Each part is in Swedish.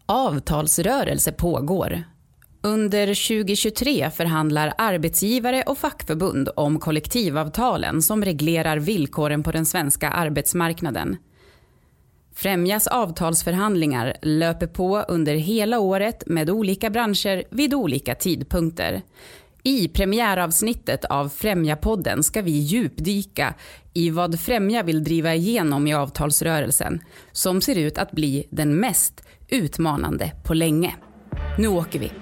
Avtalsrörelse pågår. Under 2023 förhandlar arbetsgivare och fackförbund om kollektivavtalen som reglerar villkoren på den svenska arbetsmarknaden. Främjas avtalsförhandlingar löper på under hela året med olika branscher vid olika tidpunkter. I premiäravsnittet av Främja-podden ska vi djupdyka i vad Främja vill driva igenom i avtalsrörelsen, som ser ut att bli den mest utmanande på länge. Nu åker vi!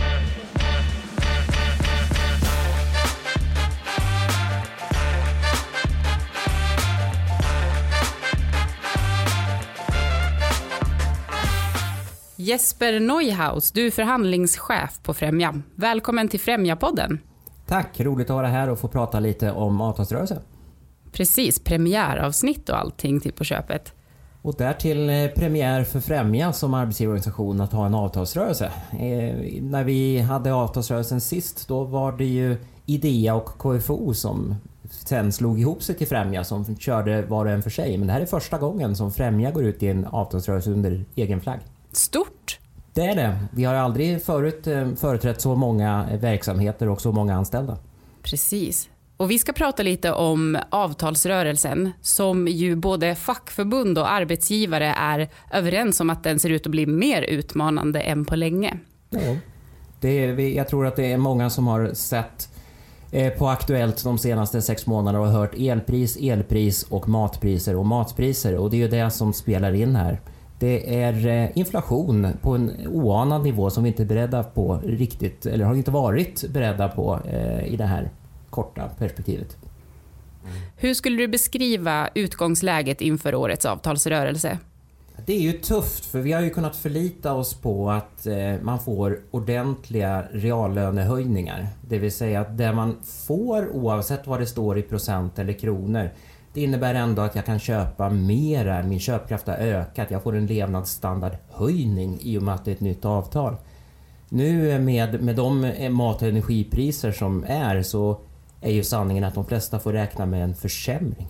Jesper Neuhaus, du är förhandlingschef på Främja. Välkommen till Främja-podden. Tack, roligt att vara här och få prata lite om avtalsrörelse. Precis, premiäravsnitt och allting till på köpet. Och därtill premiär för Främja som arbetsgivarorganisation att ha en avtalsrörelse. När vi hade avtalsrörelsen sist, då var det ju IDEA och KFO som sen slog ihop sig till Främja, som körde var och en för sig. Men det här är första gången som Främja går ut i en avtalsrörelse under egen flagg. Stort! Det är det. Vi har aldrig förut företrätt så många verksamheter och så många anställda. Precis. Och vi ska prata lite om avtalsrörelsen som ju både fackförbund och arbetsgivare är överens om att den ser ut att bli mer utmanande än på länge. Ja. Jag tror att det är många som har sett på Aktuellt de senaste 6 månaderna och hört elpris och matpriser. Och det är ju det som spelar in här. Det är inflation på en oanad nivå som vi inte är beredda på riktigt, eller har inte varit beredda på i det här korta perspektivet. Hur skulle du beskriva utgångsläget inför årets avtalsrörelse? Det är ju tufft, för vi har ju kunnat förlita oss på att man får ordentliga reallönehöjningar. Det vill säga att det man får, oavsett vad det står i procent eller kronor, det innebär ändå att jag kan köpa mera, min köpkraft har ökat, jag får en levnadsstandardhöjning i och med att det är ett nytt avtal. Nu med de mat- och energipriser som är, så är ju sanningen att de flesta får räkna med en försämring.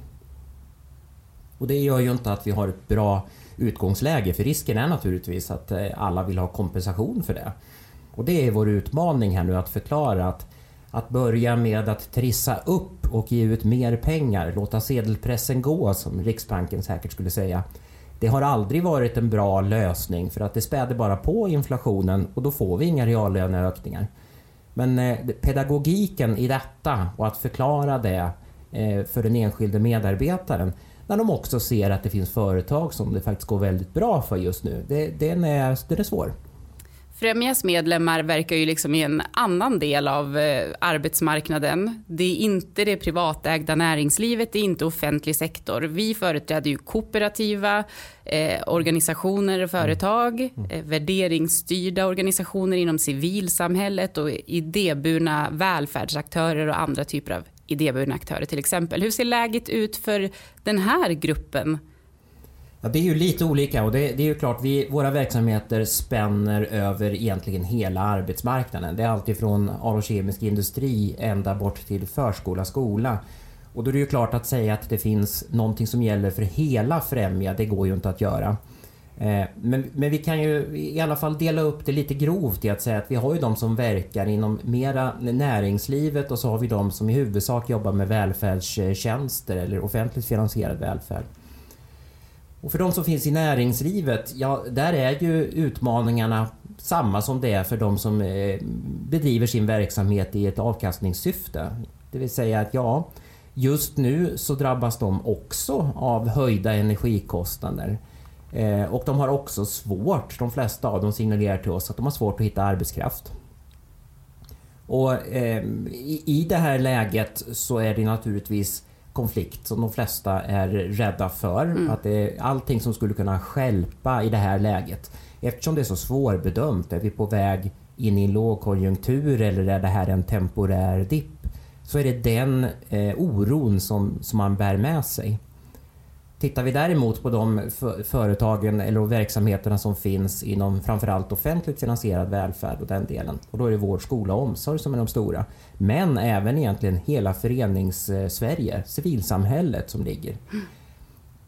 Och det gör ju inte att vi har ett bra utgångsläge, för risken är naturligtvis att alla vill ha kompensation för det. Och det är vår utmaning här nu, att förklara att börja med att trissa upp och ge ut mer pengar, låta sedelpressen gå, som Riksbanken säkert skulle säga. Det har aldrig varit en bra lösning, för att det späder bara på inflationen och då får vi inga reallöneökningar. Men pedagogiken i detta och att förklara det för den enskilde medarbetaren, när de också ser att det finns företag som det faktiskt går väldigt bra för just nu, den är svår. Främjas medlemmar verkar ju liksom i en annan del av arbetsmarknaden. Det är inte det privatägda näringslivet, det är inte offentlig sektor. Vi företräder ju kooperativa organisationer och företag, värderingsstyrda organisationer inom civilsamhället och idéburna välfärdsaktörer och andra typer av idéburna aktörer till exempel. Hur ser läget ut för den här gruppen? Ja, det är ju lite olika, och det är ju klart, våra verksamheter spänner över egentligen hela arbetsmarknaden. Det är alltid från agrokemisk industri ända bort till förskola, skola. Och då är det ju klart att säga att det finns någonting som gäller för hela Främja, det går ju inte att göra. Men vi kan ju i alla fall dela upp det lite grovt i att säga att vi har ju de som verkar inom mera näringslivet, och så har vi de som i huvudsak jobbar med välfärdstjänster eller offentligt finansierad välfärd. Och för de som finns i näringslivet, ja, där är ju utmaningarna samma som det är för de som bedriver sin verksamhet i ett avkastningssyfte. Det vill säga att ja, just nu så drabbas de också av höjda energikostnader. Och de har också svårt, de flesta av dem signalerar till oss att de har svårt att hitta arbetskraft. Och i det här läget så är det naturligtvis konflikt som de flesta är rädda för. Att det är allting som skulle kunna stjälpa i det här läget. Eftersom det är så svårbedömt, är vi på väg in i en lågkonjunktur eller är det här en temporär dipp, så är det den oron som man bär med sig. Tittar vi däremot på de företagen eller verksamheterna som finns inom framförallt offentligt finansierad välfärd och den delen, och då är det vård, skola och omsorg som är de stora, men även egentligen hela förenings-Sverige, civilsamhället som ligger.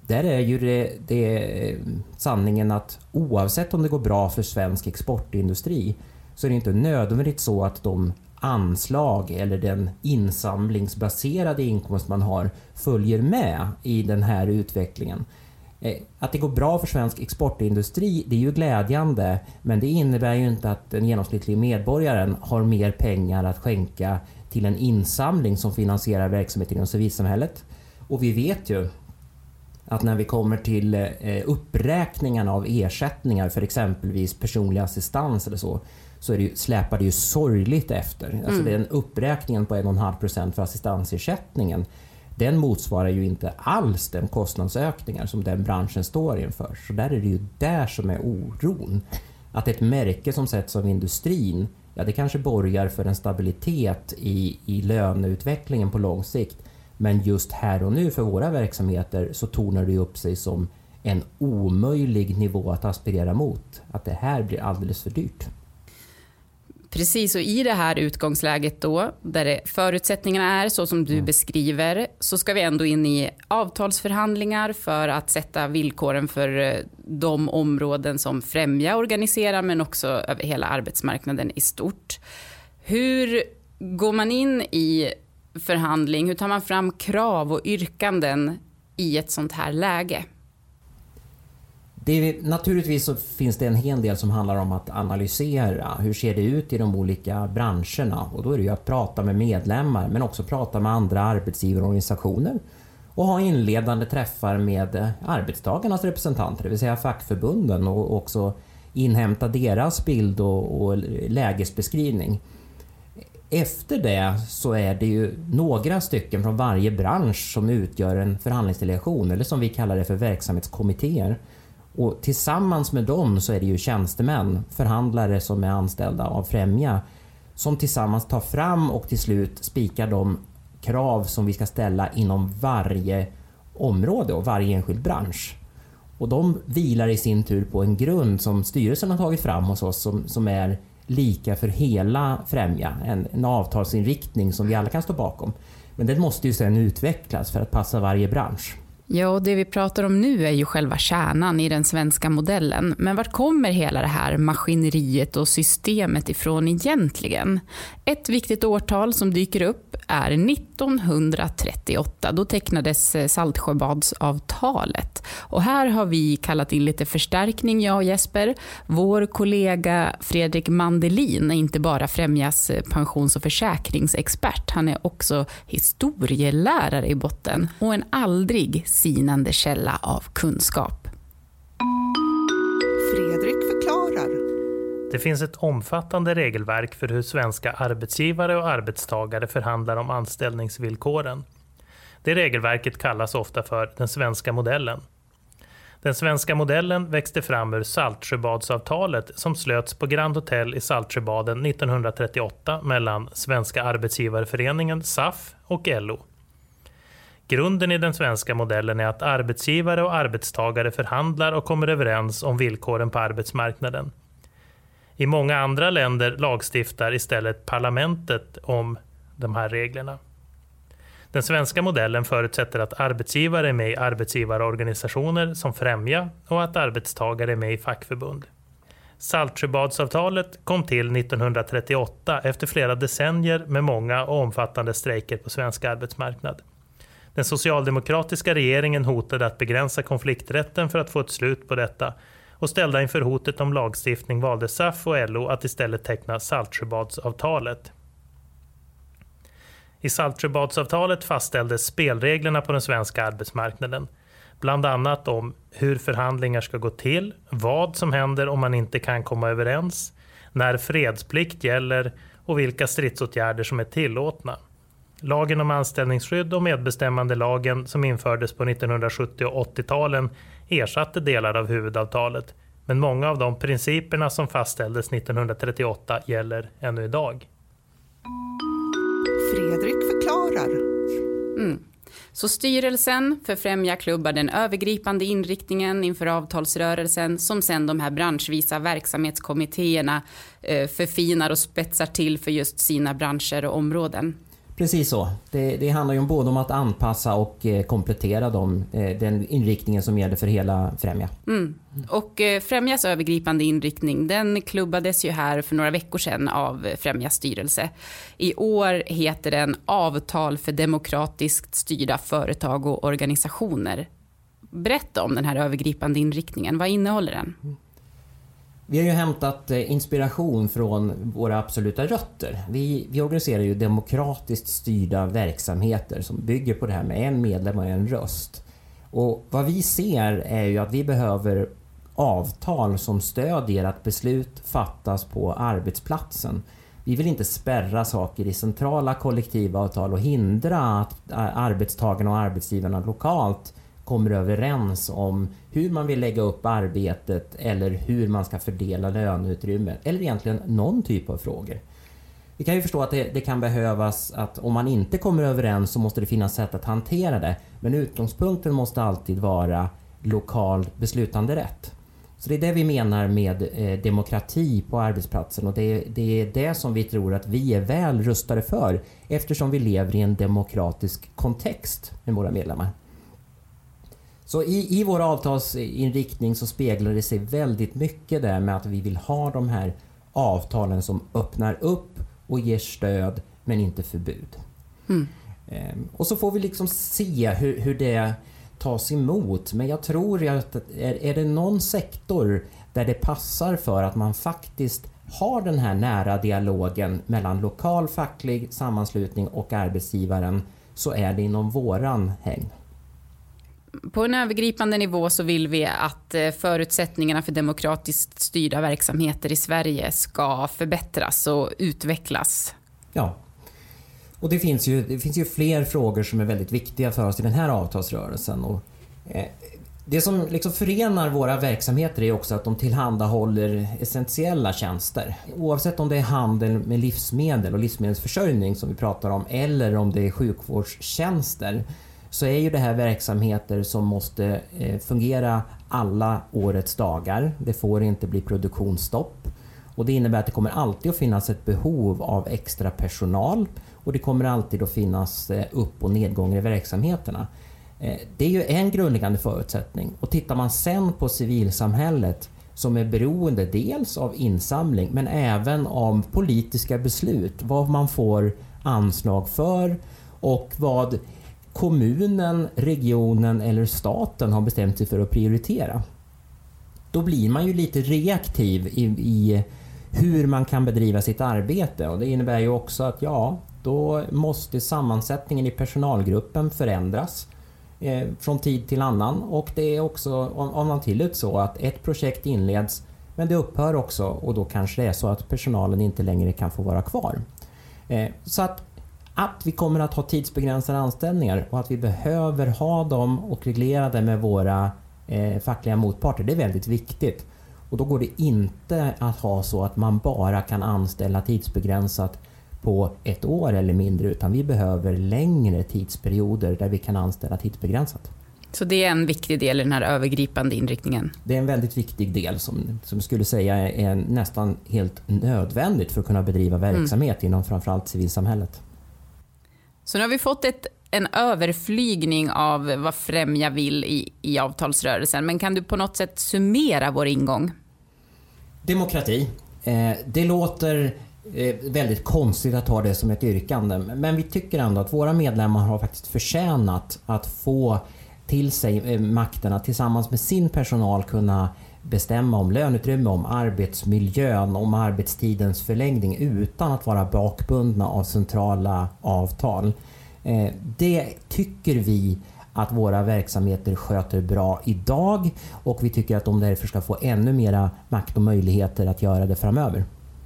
där är ju det sanningen att oavsett om det går bra för svensk exportindustri så är det inte nödvändigt så att de anslag eller den insamlingsbaserade inkomst man har följer med i den här utvecklingen. Att det går bra för svensk exportindustri, det är ju glädjande, men det innebär ju inte att den genomsnittliga medborgaren har mer pengar att skänka till en insamling som finansierar verksamheten inom civilsamhället. Och vi vet ju att när vi kommer till uppräkningarna av ersättningar för exempelvis personlig assistans eller så är det ju, släpar det ju sorgligt efter. Alltså den uppräkningen på 1,5% för assistansersättningen, den motsvarar ju inte alls den kostnadsökningar som den branschen står inför. Så där är det ju där som är oron. Att ett märke som sätts av industrin, ja, det kanske borgar för en stabilitet i löneutvecklingen på lång sikt. Men just här och nu för våra verksamheter så tornar det upp sig som en omöjlig nivå att aspirera mot. Att det här blir alldeles för dyrt. Precis, och i det här utgångsläget då, där förutsättningarna är så som du beskriver, så ska vi ändå in i avtalsförhandlingar för att sätta villkoren för de områden som främjar, organiserar, men också över hela arbetsmarknaden i stort. Hur går man in i förhandling? Hur tar man fram krav och yrkanden i ett sånt här läge? Naturligtvis så finns det en hel del som handlar om att analysera hur ser det ut i de olika branscherna, och då är det ju att prata med medlemmar men också prata med andra arbetsgivarorganisationer och ha inledande träffar med arbetstagarnas representanter, det vill säga fackförbunden, och också inhämta deras bild och lägesbeskrivning. Efter det så är det ju några stycken från varje bransch som utgör en förhandlingsdelegation, eller som vi kallar det för verksamhetskommittéer. Och tillsammans med dem så är det ju tjänstemän, förhandlare som är anställda av Främja, som tillsammans tar fram och till slut spikar de krav som vi ska ställa inom varje område och varje enskild bransch. Och de vilar i sin tur på en grund som styrelsen har tagit fram hos oss som är lika för hela Främja, en avtalsinriktning som vi alla kan stå bakom. Men den måste ju sedan utvecklas för att passa varje bransch. Ja, och det vi pratar om nu är ju själva kärnan i den svenska modellen. Men vart kommer hela det här maskineriet och systemet ifrån egentligen? Ett viktigt årtal som dyker upp är 1938. Då tecknades Saltsjöbadsavtalet. Och här har vi kallat in lite förstärkning, jag och Jesper. Vår kollega Fredrik Mandelin är inte bara Främjas pensions- och försäkringsexpert. Han är också historielärare i botten och en aldrig sinande källa av kunskap. Fredrik förklarar. Det finns ett omfattande regelverk för hur svenska arbetsgivare och arbetstagare förhandlar om anställningsvillkoren. Det regelverket kallas ofta för den svenska modellen. Den svenska modellen växte fram ur Saltsjöbadsavtalet som slöts på Grand Hotel i Saltsjöbaden 1938 mellan Svenska arbetsgivarföreningen, SAF, och LO. Grunden i den svenska modellen är att arbetsgivare och arbetstagare förhandlar och kommer överens om villkoren på arbetsmarknaden. I många andra länder lagstiftar istället parlamentet om de här reglerna. Den svenska modellen förutsätter att arbetsgivare är med i arbetsgivarorganisationer som Främja och att arbetstagare är med i fackförbund. Saltsjöbadsavtalet kom till 1938 efter flera decennier med många och omfattande strejker på svensk arbetsmarknad. Den socialdemokratiska regeringen hotade att begränsa konflikträtten för att få ett slut på detta, och ställda inför hotet om lagstiftning valde SAF och LO att istället teckna Saltsjöbadsavtalet. I Saltsjöbadsavtalet fastställdes spelreglerna på den svenska arbetsmarknaden, bland annat om hur förhandlingar ska gå till, vad som händer om man inte kan komma överens, när fredsplikt gäller och vilka stridsåtgärder som är tillåtna. Lagen om anställningsskydd och medbestämmande lagen som infördes på 1970- och 80-talen ersatte delar av huvudavtalet, men många av de principerna som fastställdes 1938 gäller ännu idag. Fredrik förklarar. Så styrelsen för Främja klubbar den övergripande inriktningen inför avtalsrörelsen som sedan de här branschvisa verksamhetskommittéerna förfinar och spetsar till för just sina branscher och områden. Precis så. Det handlar ju både om att anpassa och komplettera den inriktningen som gäller för hela Främja. Och Främjas övergripande inriktning, den klubbades ju här för några veckor sedan av Främjas styrelse. I år heter den Avtal för demokratiskt styrda företag och organisationer. Berätta om den här övergripande inriktningen. Vad innehåller den? Vi har ju hämtat inspiration från våra absoluta rötter. Vi organiserar ju demokratiskt styrda verksamheter som bygger på det här med en medlem och en röst. Och vad vi ser är ju att vi behöver avtal som stödjer att beslut fattas på arbetsplatsen. Vi vill inte spärra saker i centrala kollektivavtal och hindra att arbetstagarna och arbetsgivarna lokalt kommer överens om hur man vill lägga upp arbetet eller hur man ska fördela löneutrymmet eller egentligen någon typ av frågor. Vi kan ju förstå att det kan behövas att om man inte kommer överens så måste det finnas sätt att hantera det, men utgångspunkten måste alltid vara lokal beslutanderätt. Så det är det vi menar med demokrati på arbetsplatsen, och det är det som vi tror att vi är väl rustade för eftersom vi lever i en demokratisk kontext med våra medlemmar. Så i vår avtalsinriktning så speglar det sig väldigt mycket där med att vi vill ha de här avtalen som öppnar upp och ger stöd men inte förbud. Och så får vi liksom se hur det tas emot. Men jag tror att är det någon sektor där det passar för att man faktiskt har den här nära dialogen mellan lokal facklig sammanslutning och arbetsgivaren, så är det inom våran häng. På en övergripande nivå så vill vi att förutsättningarna för demokratiskt styrda verksamheter i Sverige ska förbättras och utvecklas. Ja, och det finns ju fler frågor som är väldigt viktiga för oss i den här avtalsrörelsen. Och, det som liksom förenar våra verksamheter är också att de tillhandahåller essentiella tjänster. Oavsett om det är handel med livsmedel och livsmedelsförsörjning som vi pratar om, eller om det är sjukvårdstjänster, så är ju det här verksamheter som måste fungera alla årets dagar. Det får inte bli produktionsstopp. Och det innebär att det kommer alltid att finnas ett behov av extra personal. Och det kommer alltid att finnas upp- och nedgångar i verksamheterna. Det är ju en grundläggande förutsättning. Och tittar man sen på civilsamhället som är beroende dels av insamling men även av politiska beslut. Vad man får anslag för och vad kommunen, regionen eller staten har bestämt sig för att prioritera. Då blir man ju lite reaktiv i hur man kan bedriva sitt arbete, och det innebär ju också att då måste sammansättningen i personalgruppen förändras från tid till annan, och det är också av naturligt så att ett projekt inleds men det upphör också, och då kanske det är så att personalen inte längre kan få vara kvar. Så att vi kommer att ha tidsbegränsade anställningar och att vi behöver ha dem och reglera det med våra fackliga motparter, det är väldigt viktigt. Och då går det inte att ha så att man bara kan anställa tidsbegränsat på 1 år eller mindre, utan vi behöver längre tidsperioder där vi kan anställa tidsbegränsat. Så det är en viktig del i den här övergripande inriktningen? Det är en väldigt viktig del som skulle säga är nästan helt nödvändigt för att kunna bedriva verksamhet inom framförallt civilsamhället. Så nu har vi fått en överflygning av vad Främja vill i avtalsrörelsen. Men kan du på något sätt summera vår ingång? Demokrati. Det låter väldigt konstigt att ha det som ett yrkande. Men vi tycker ändå att våra medlemmar har faktiskt förtjänat att få till sig makterna tillsammans med sin personal kunna bestämma om löneutrymme, om arbetsmiljön, om arbetstidens förlängning utan att vara bakbundna av centrala avtal. Det tycker vi att våra verksamheter sköter bra idag, och vi tycker att de därför ska få ännu mera makt och möjligheter att göra det framöver.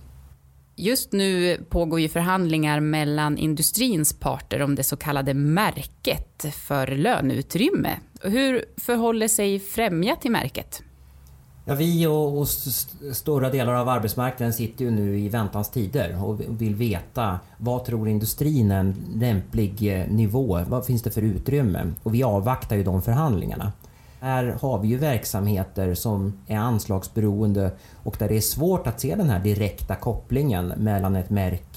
Just nu pågår ju förhandlingar mellan industrins parter om det så kallade märket för löneutrymme. Hur förhåller sig Främja till märket? Ja, vi och stora delar av arbetsmarknaden sitter ju nu i väntans tider och vill veta vad tror industrin är en lämplig nivå, vad finns det för utrymme, och vi avvaktar ju de förhandlingarna. Här har vi ju verksamheter som är anslagsberoende och där det är svårt att se den här direkta kopplingen mellan ett märke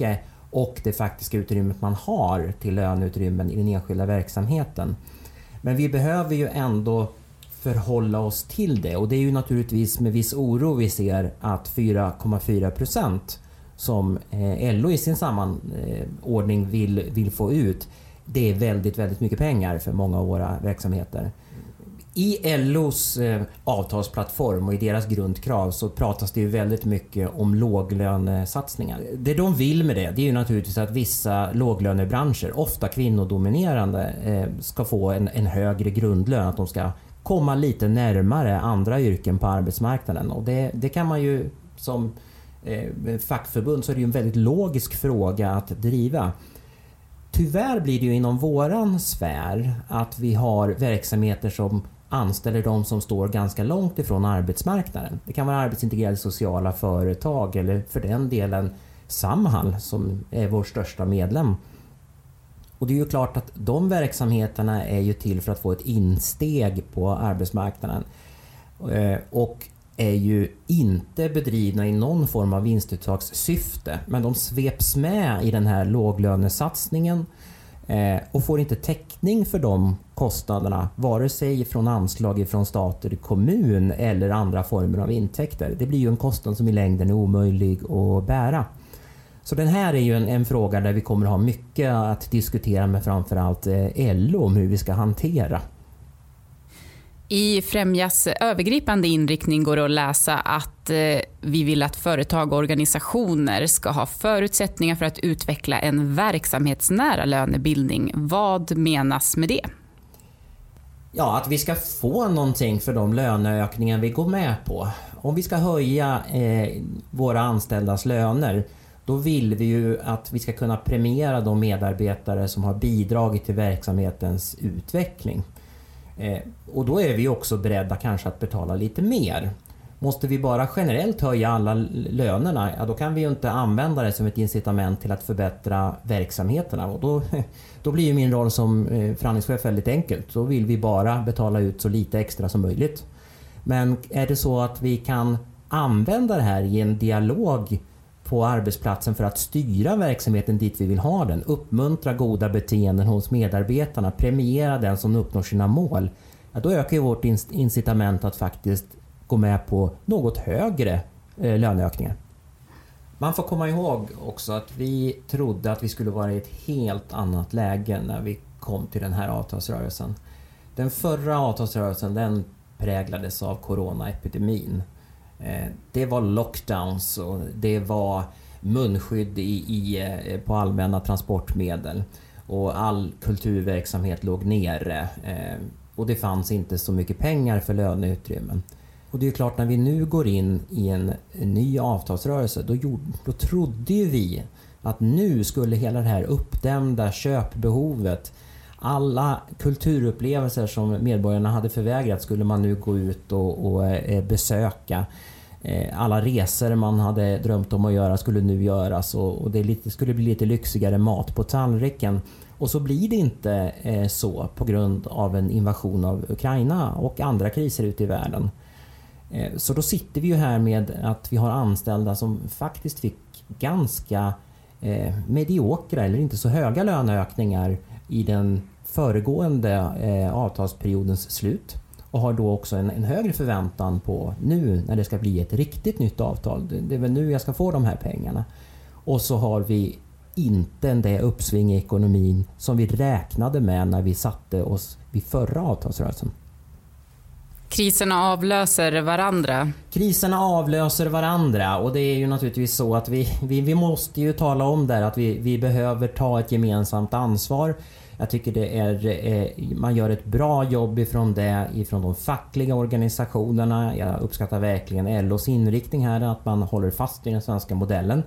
och det faktiska utrymmet man har till löneutrymmen i den enskilda verksamheten. Men vi behöver ju ändå förhålla oss till det, och det är ju naturligtvis med viss oro vi ser att 4,4% som LO i sin sammanordning vill få ut, det är väldigt, väldigt mycket pengar för många av våra verksamheter. I LOs avtalsplattform och i deras grundkrav så pratas det ju väldigt mycket om låglönesatsningar. Det de vill med det är ju naturligtvis att vissa låglönebranscher, ofta kvinnodominerande, ska få en högre grundlön, att de ska komma lite närmare andra yrken på arbetsmarknaden. Och det kan man ju som fackförbund, så är det ju en väldigt logisk fråga att driva. Tyvärr blir det ju inom våran sfär att vi har verksamheter som anställer de som står ganska långt ifrån arbetsmarknaden. Det kan vara arbetsintegrerade sociala företag eller för den delen Samhall som är vår största medlem. Och det är ju klart att de verksamheterna är ju till för att få ett insteg på arbetsmarknaden och är ju inte bedrivna i någon form av vinstuttagssyfte, men de sveps med i den här låglönesatsningen och får inte täckning för de kostnaderna, vare sig från anslag från stat eller kommun eller andra former av intäkter. Det blir ju en kostnad som i längden är omöjlig att bära. Så den här är ju en fråga där vi kommer att ha mycket att diskutera med framförallt LO om hur vi ska hantera. I Främjas övergripande inriktning går det att läsa att vi vill att företag och organisationer ska ha förutsättningar för att utveckla en verksamhetsnära lönebildning. Vad menas med det? Ja, att vi ska få någonting för de löneökningar vi går med på. Om vi ska höja våra anställdas löner, då vill vi ju att vi ska kunna premiera de medarbetare som har bidragit till verksamhetens utveckling. Och då är vi också beredda kanske att betala lite mer. Måste vi bara generellt höja alla lönerna, ja, då kan vi ju inte använda det som ett incitament till att förbättra verksamheterna. Och då blir ju min roll som förhandlingschef väldigt enkelt. Då vill vi bara betala ut så lite extra som möjligt. Men är det så att vi kan använda det här i en dialog på arbetsplatsen för att styra verksamheten dit vi vill ha den, uppmuntra goda beteenden hos medarbetarna, premiera den som uppnår sina mål, ja, då ökar ju vårt incitament att faktiskt gå med på något högre löneökningar. Man får komma ihåg också att vi trodde att vi skulle vara i ett helt annat läge när vi kom till den här avtalsrörelsen. Den förra avtalsrörelsen, den präglades av coronaepidemin. Det var lockdowns och det var munskydd på allmänna transportmedel och all kulturverksamhet låg nere och det fanns inte så mycket pengar för löneutrymmen. Och det är klart, när vi nu går in i en ny avtalsrörelse, då trodde ju vi att nu skulle hela det här uppdämda köpbehovet, alla kulturupplevelser som medborgarna hade förvägrat, skulle man nu gå ut och besöka. Alla resor man hade drömt om att göra skulle nu göras och det skulle bli lite lyxigare mat på tallriken. Och så blir det inte så på grund av en invasion av Ukraina och andra kriser ute i världen. Så då sitter vi ju här med att vi har anställda som faktiskt fick ganska mediokra eller inte så höga löneökningar i den föregående avtalsperiodens slut och har då också en högre förväntan på nu när det ska bli ett riktigt nytt avtal. Det är väl nu jag ska få de här pengarna. Och så har vi inte det uppsving i ekonomin som vi räknade med när vi satte oss vid förra avtalsrörelsen. Kriserna avlöser varandra. Kriserna avlöser varandra och det är ju naturligtvis så att vi måste ju tala om där att vi behöver ta ett gemensamt ansvar. Jag tycker man gör ett bra jobb ifrån de fackliga organisationerna. Jag uppskattar verkligen LOs inriktning här, att man håller fast vid den svenska modellen.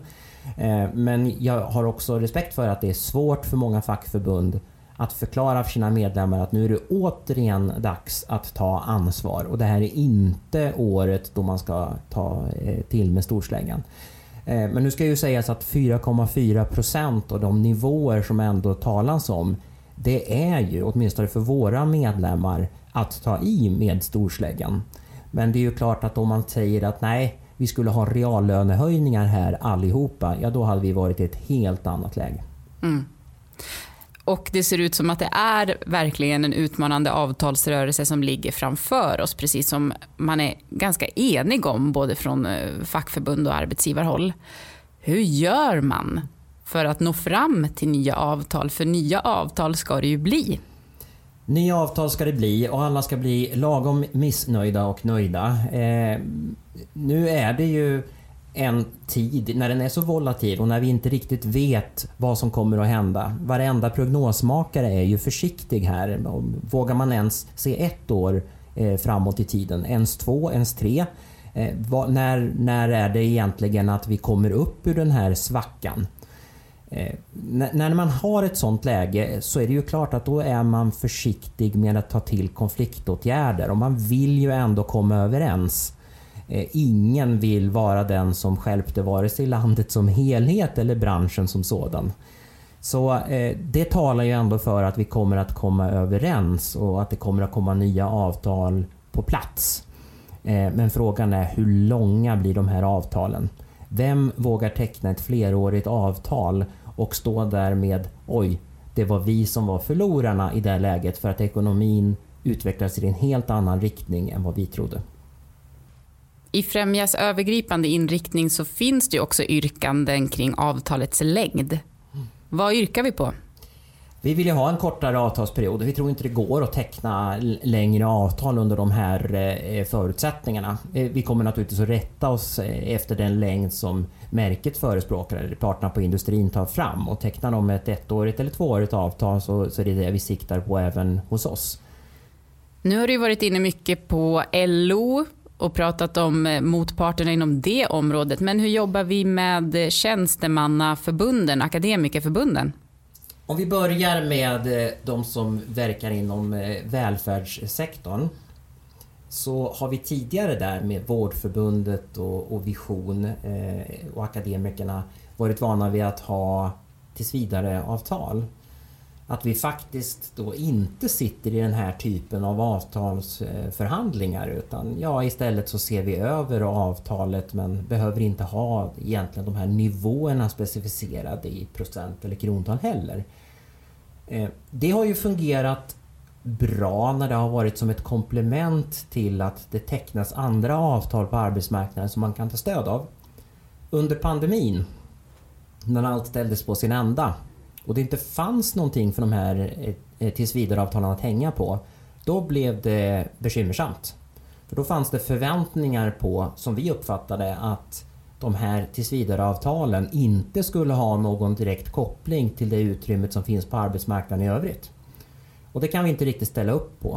Men jag har också respekt för att det är svårt för många fackförbund att förklara för sina medlemmar att nu är det återigen dags att ta ansvar. Och det här är inte året då man ska ta till med storsläggan. Men nu ska ju sägas att 4,4% av de nivåer som ändå talas om, det är ju åtminstone för våra medlemmar att ta i med storsläggan. Men det är ju klart att om man säger att nej, vi skulle ha reallönehöjningar här allihopa, ja då hade vi varit i ett helt annat läge. Mm. Och det ser ut som att det är verkligen en utmanande avtalsrörelse som ligger framför oss, precis som man är ganska enig om både från fackförbund och arbetsgivarhåll. Hur gör man för att nå fram till nya avtal? För nya avtal ska det ju bli. Nya avtal ska det bli och alla ska bli lagom missnöjda och nöjda. Nu är det ju en tid när den är så volatil och när vi inte riktigt vet vad som kommer att hända. Varenda prognosmakare är ju försiktig här. Vågar man ens se ett år framåt i tiden? Ens 2, ens 3? När är det egentligen att vi kommer upp ur den här svackan? När man har ett sånt läge så är det ju klart att då är man försiktig med att ta till konfliktåtgärder och man vill ju ändå komma överens. Ingen vill vara den som stjälpte vare sig landet som helhet eller branschen som sådan. Så det talar ju ändå för att vi kommer att komma överens och att det kommer att komma nya avtal på plats. Men frågan är hur långa blir de här avtalen? Vem vågar teckna ett flerårigt avtal och stå där med oj, det var vi som var förlorarna i det läget för att ekonomin utvecklas i en helt annan riktning än vad vi trodde. I Främjas övergripande inriktning så finns det ju också yrkanden kring avtalets längd. Vad yrkar vi på? Vi vill ju ha en kortare avtalsperiod. Vi tror inte det går att teckna längre avtal under de här förutsättningarna. Vi kommer naturligtvis att rätta oss efter den längd som märket förespråkar eller parterna på industrin tar fram. Och tecknar de ett 1-årigt eller 2-årigt avtal så är det det vi siktar på även hos oss. Nu har du varit inne mycket på LO och pratat om motparterna inom det området. Men hur jobbar vi med tjänstemannaförbunden, akademikerförbunden? Om vi börjar med de som verkar inom välfärdssektorn så har vi tidigare där med Vårdförbundet och Vision och akademikerna varit vana vid att ha tillsvidare avtal. Att vi faktiskt då inte sitter i den här typen av avtalsförhandlingar utan istället så ser vi över avtalet men behöver inte ha egentligen de här nivåerna specificerade i procent eller krontal heller. Det har ju fungerat bra när det har varit som ett komplement till att det tecknas andra avtal på arbetsmarknaden som man kan ta stöd av. Under pandemin, när allt ställdes på sin ända och det inte fanns någonting för de här tillsvidareavtalen att hänga på, då blev det bekymmersamt. För då fanns det förväntningar på, som vi uppfattade, att de här tillsvidareavtalen inte skulle ha någon direkt koppling till det utrymmet som finns på arbetsmarknaden i övrigt. Och det kan vi inte riktigt ställa upp på.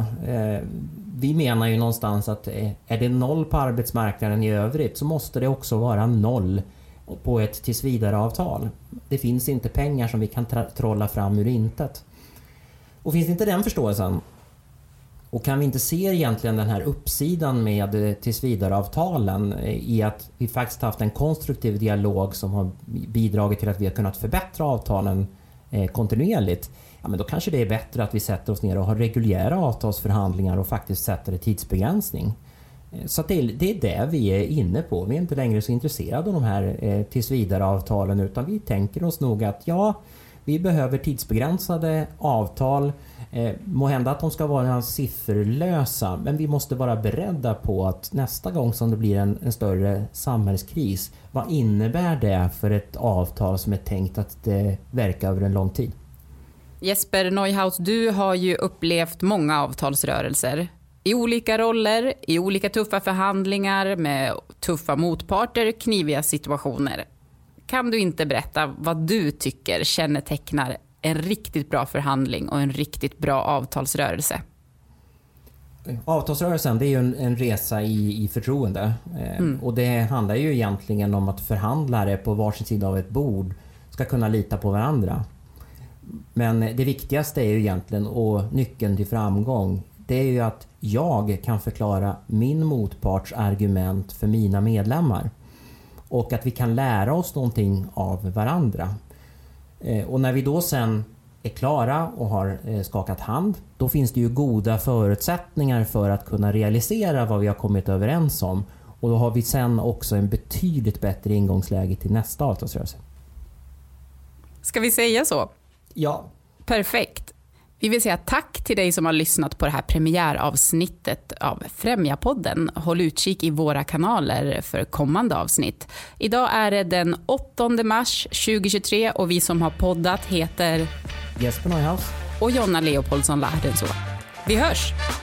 Vi menar ju någonstans att är det 0 på arbetsmarknaden i övrigt så måste det också vara 0 på ett tillsvidareavtal. Det finns inte pengar som vi kan trolla fram ur intet. Och finns inte den förståelsen och kan vi inte se egentligen den här uppsidan med tillsvidareavtalen i att vi faktiskt haft en konstruktiv dialog som har bidragit till att vi har kunnat förbättra avtalen kontinuerligt, men då kanske det är bättre att vi sätter oss ner och har reguljära avtalsförhandlingar och faktiskt sätter en tidsbegränsning. Så att det är det vi är inne på. Vi är inte längre så intresserade av de här tillsvidareavtalen utan vi tänker oss nog att vi behöver tidsbegränsade avtal. Må hända att de ska vara sifferlösa men vi måste vara beredda på att nästa gång som det blir en större samhällskris, vad innebär det för ett avtal som är tänkt att verka över en lång tid? Jesper Neuhaus, du har ju upplevt många avtalsrörelser i olika roller, i olika tuffa förhandlingar med tuffa motparter, kniviga situationer. Kan du inte berätta vad du tycker kännetecknar en riktigt bra förhandling och en riktigt bra avtalsrörelse? Avtalsrörelsen, det är ju en resa i förtroende. Och det handlar ju egentligen om att förhandlare på varsin sida av ett bord ska kunna lita på varandra. Men det viktigaste är ju egentligen, och nyckeln till framgång, det är ju att jag kan förklara min motparts argument för mina medlemmar. Och att vi kan lära oss någonting av varandra. Och när vi då sen är klara och har skakat hand, då finns det ju goda förutsättningar för att kunna realisera vad vi har kommit överens om. Och då har vi sen också en betydligt bättre ingångsläge till nästa avtalsrörelse. Ska vi säga så? Ja. Perfekt. Vi vill säga tack till dig som har lyssnat på det här premiäravsnittet av Främja-podden. Håll utkik i våra kanaler för kommande avsnitt. Idag är det den 8 mars 2023 och vi som har poddat heter Jesper Neuhaus och Jonna Leopoldsson Lahdenso. Vi hörs!